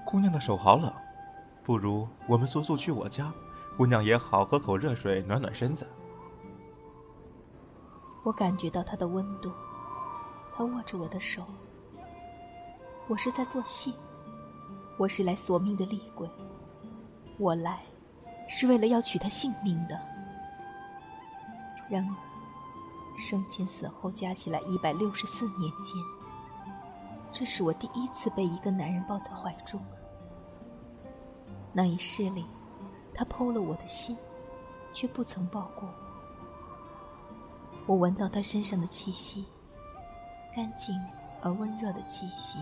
姑娘的手好冷，不如我们速速去我家，姑娘也好喝口热水暖暖身子。 我感觉到他的温度，他握着我的手。我是在做戏，我是来索命的厉鬼，我来是为了要取他性命的。然而生前死后加起来164年间，这是我第一次被一个男人抱在怀中。那一世里，他剖了我的心，却不曾抱过我。我闻到他身上的气息，干净而温热的气息。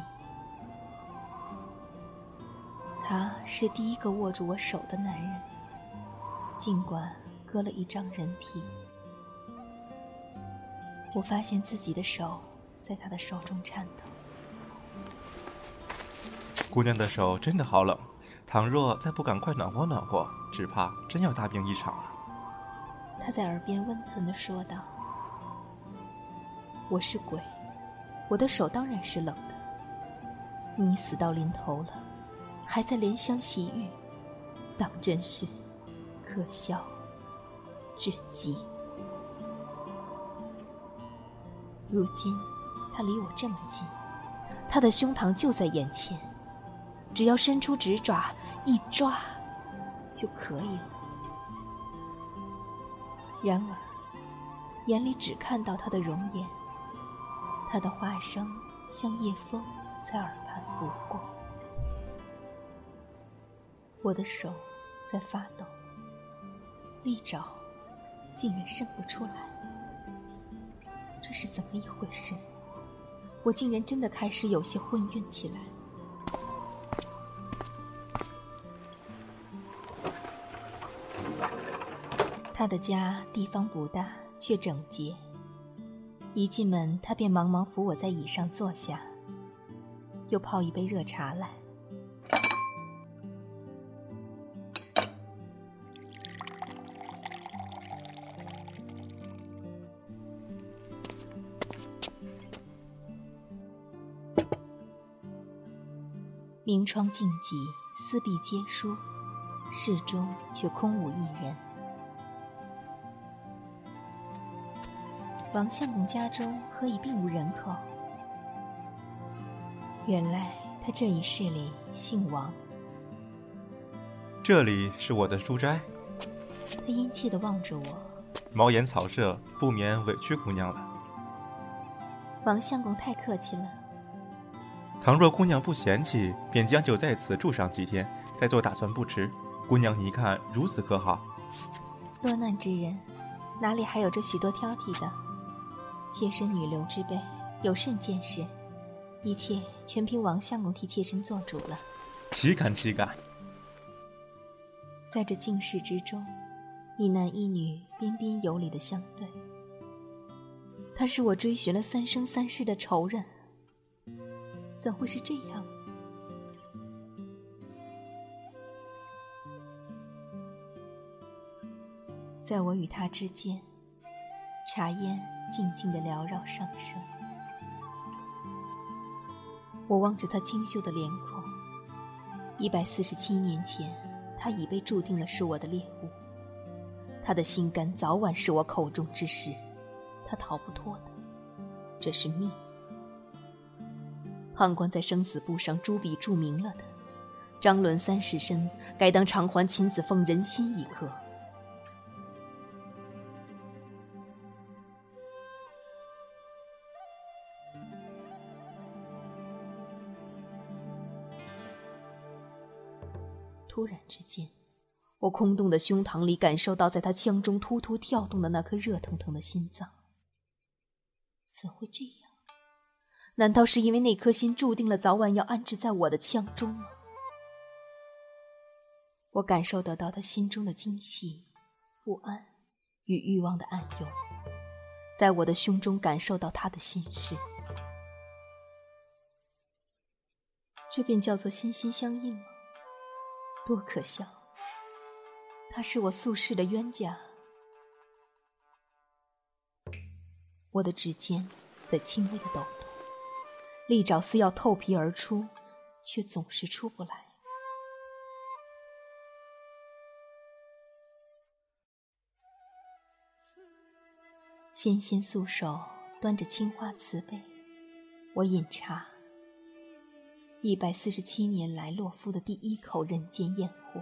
他是第一个握住我手的男人，尽管割了一张人皮。我发现自己的手在他的手中颤抖。 姑娘的手真的好冷，倘若再不赶快暖和暖和，只怕真要大病一场了。 他在耳边温存地说道：我是鬼，我的手当然是冷的。你已死到临头了，还在怜香惜玉，当真是可笑至极。如今他离我这么近，他的胸膛就在眼前，只要伸出指爪一抓就可以了。然而眼里只看到他的容颜，他的话声像夜风在耳畔拂过。我的手在发抖，利爪竟然伸不出来。这是怎么一回事？我竟然真的开始有些昏晕起来。他的家地方不大，却整洁。一进门，他便忙忙扶我在椅上坐下，又泡一杯热茶来。明窗净几，四壁皆书，室中却空无一人。王相公家中何以并无人口？原来他这一世里姓王。 这里是我的书斋。 他殷切地望着我。 茅檐草舍，不免委屈姑娘了。 王相公太客气了。 倘若姑娘不嫌弃，便将就在此住上几天，再做打算不迟。姑娘你看如此可好？ 落难之人哪里还有这许多挑剔的？妾身女流之辈，有甚见识，一切全凭王相公替妾身做主了。 岂敢岂敢！ 在这静室之中，一男一女彬彬有礼的相对。他是我追寻了3生3世的仇人，怎会是这样？在我与他之间，茶烟静静地缭绕上升。我望着他清秀的脸孔，147年前，他已被注定了是我的猎物。他的心肝早晚是我口中之食，他逃不脱的，这是命。判官在生死簿上朱笔注明了的，张伦3世身，该当偿还秦子凤人心一刻。突然之间，我空洞的胸膛里感受到在他腔中突突跳动的那颗热腾腾的心脏。怎会这样？难道是因为那颗心注定了早晚要安置在我的腔中吗？我感受得到他心中的惊喜、不安与欲望的暗涌，在我的胸中感受到他的心事。这便叫做心心相印吗？多可笑！他是我宿世的冤家。我的指尖在轻微的抖动，利爪似要透皮而出，却总是出不来。 纤纤素手端着青花瓷杯，我饮茶。147年来洛夫的第一口人间烟火。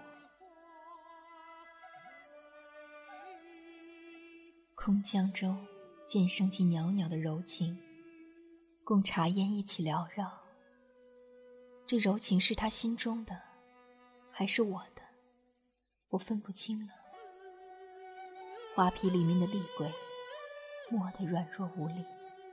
空江舟渐升起袅袅的柔情，共茶烟一起缭绕。这柔情是他心中的，还是我的？我分不清了。花皮里面的厉鬼，磨得软弱无力。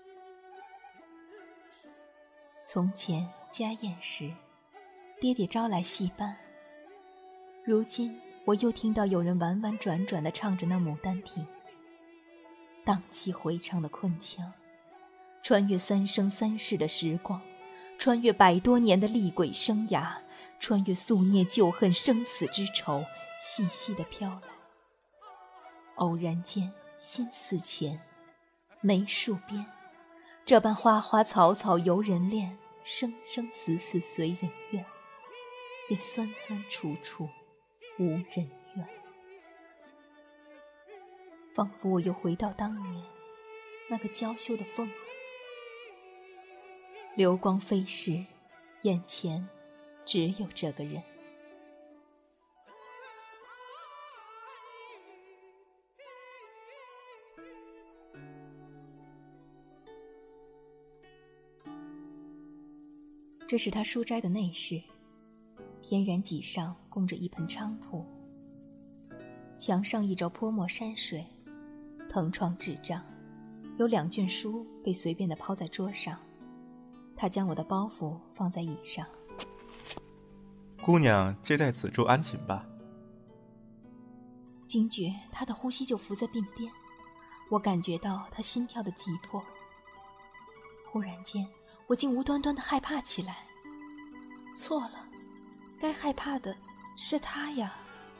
从前家宴时，爹爹招来戏班，如今我又听到有人婉婉转转地唱着那《牡丹亭》，荡气回肠的昆腔，穿越三生三世的时光，穿越100多年的厉鬼生涯，穿越宿孽旧恨生死之仇，细细地飘来。偶然间心似前，梅树边，这般花花草草游人恋，生生死死随人愿，便酸酸楚楚无人怨。仿佛我又回到当年那个娇羞的凤儿，流光飞逝，眼前只有这个人。这是他书斋的内室，天然脊上供着一盆菖蒲，墙上一轴泼墨山水，藤窗纸帐，有2卷书被随便地抛在桌上。他将我的包袱放在椅上。 姑娘皆在此处安寝吧。 惊觉他的呼吸就伏在鬓边，我感觉到他心跳的急迫。忽然间我竟无端端地害怕起来。错了，该害怕的是他呀。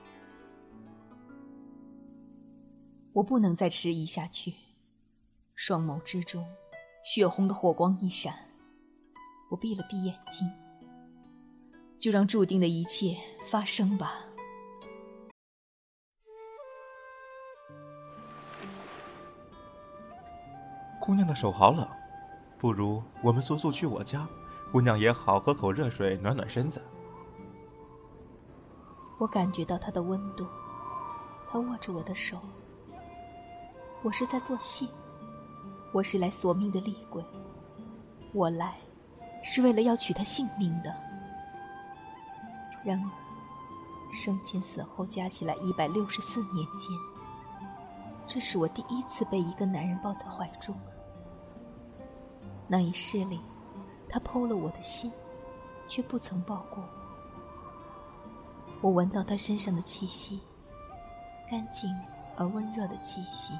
我不能再迟疑下去，双眸之中血红的火光一闪，我闭了闭眼睛，就让注定的一切发生吧。 姑娘的手好冷，不如我们速速去我家，姑娘也好喝口热水暖暖身子。 我感觉到他的温度，他握着我的手。我是在做戏，我是来索命的厉鬼，我来是为了要取他性命的。然而生前死后加起来164年间，这是我第一次被一个男人抱在怀中。那一世里，他剖了我的心，却不曾抱过我。我闻到他身上的气息，干净而温热的气息。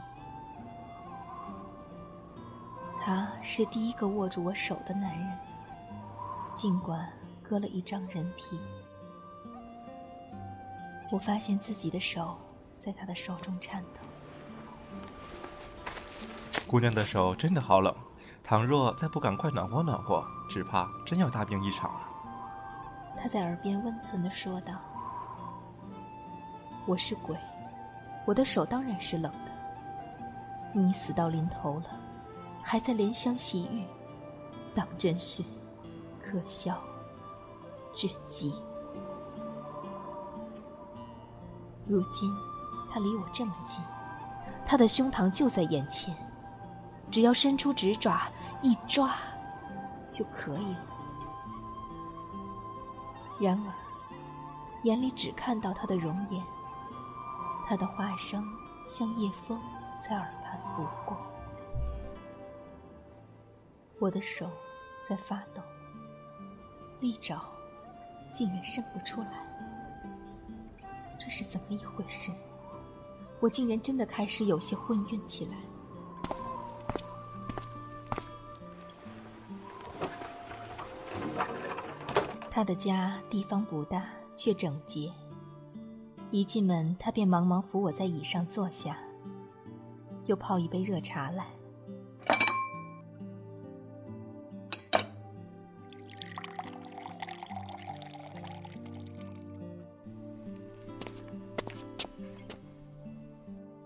他是第一个握住我手的男人，尽管割了一张人皮。我发现自己的手在他的手中颤抖。 姑娘的手真的好冷，倘若再不赶快暖和暖和，只怕真要大病一场了。 他在耳边温存地说道：我是鬼，我的手当然是冷的。你已死到临头了，还在怜香惜玉，当真是可笑至极。如今他离我这么近，他的胸膛就在眼前，只要伸出指爪一抓就可以了。然而眼里只看到他的容颜，他的话声像夜风在耳畔拂过。我的手在发抖，利爪竟然伸不出来。这是怎么一回事？我竟然真的开始有些昏晕起来。他的家地方不大，却整洁。一进门，他便忙忙扶我在椅上坐下，又泡一杯热茶来。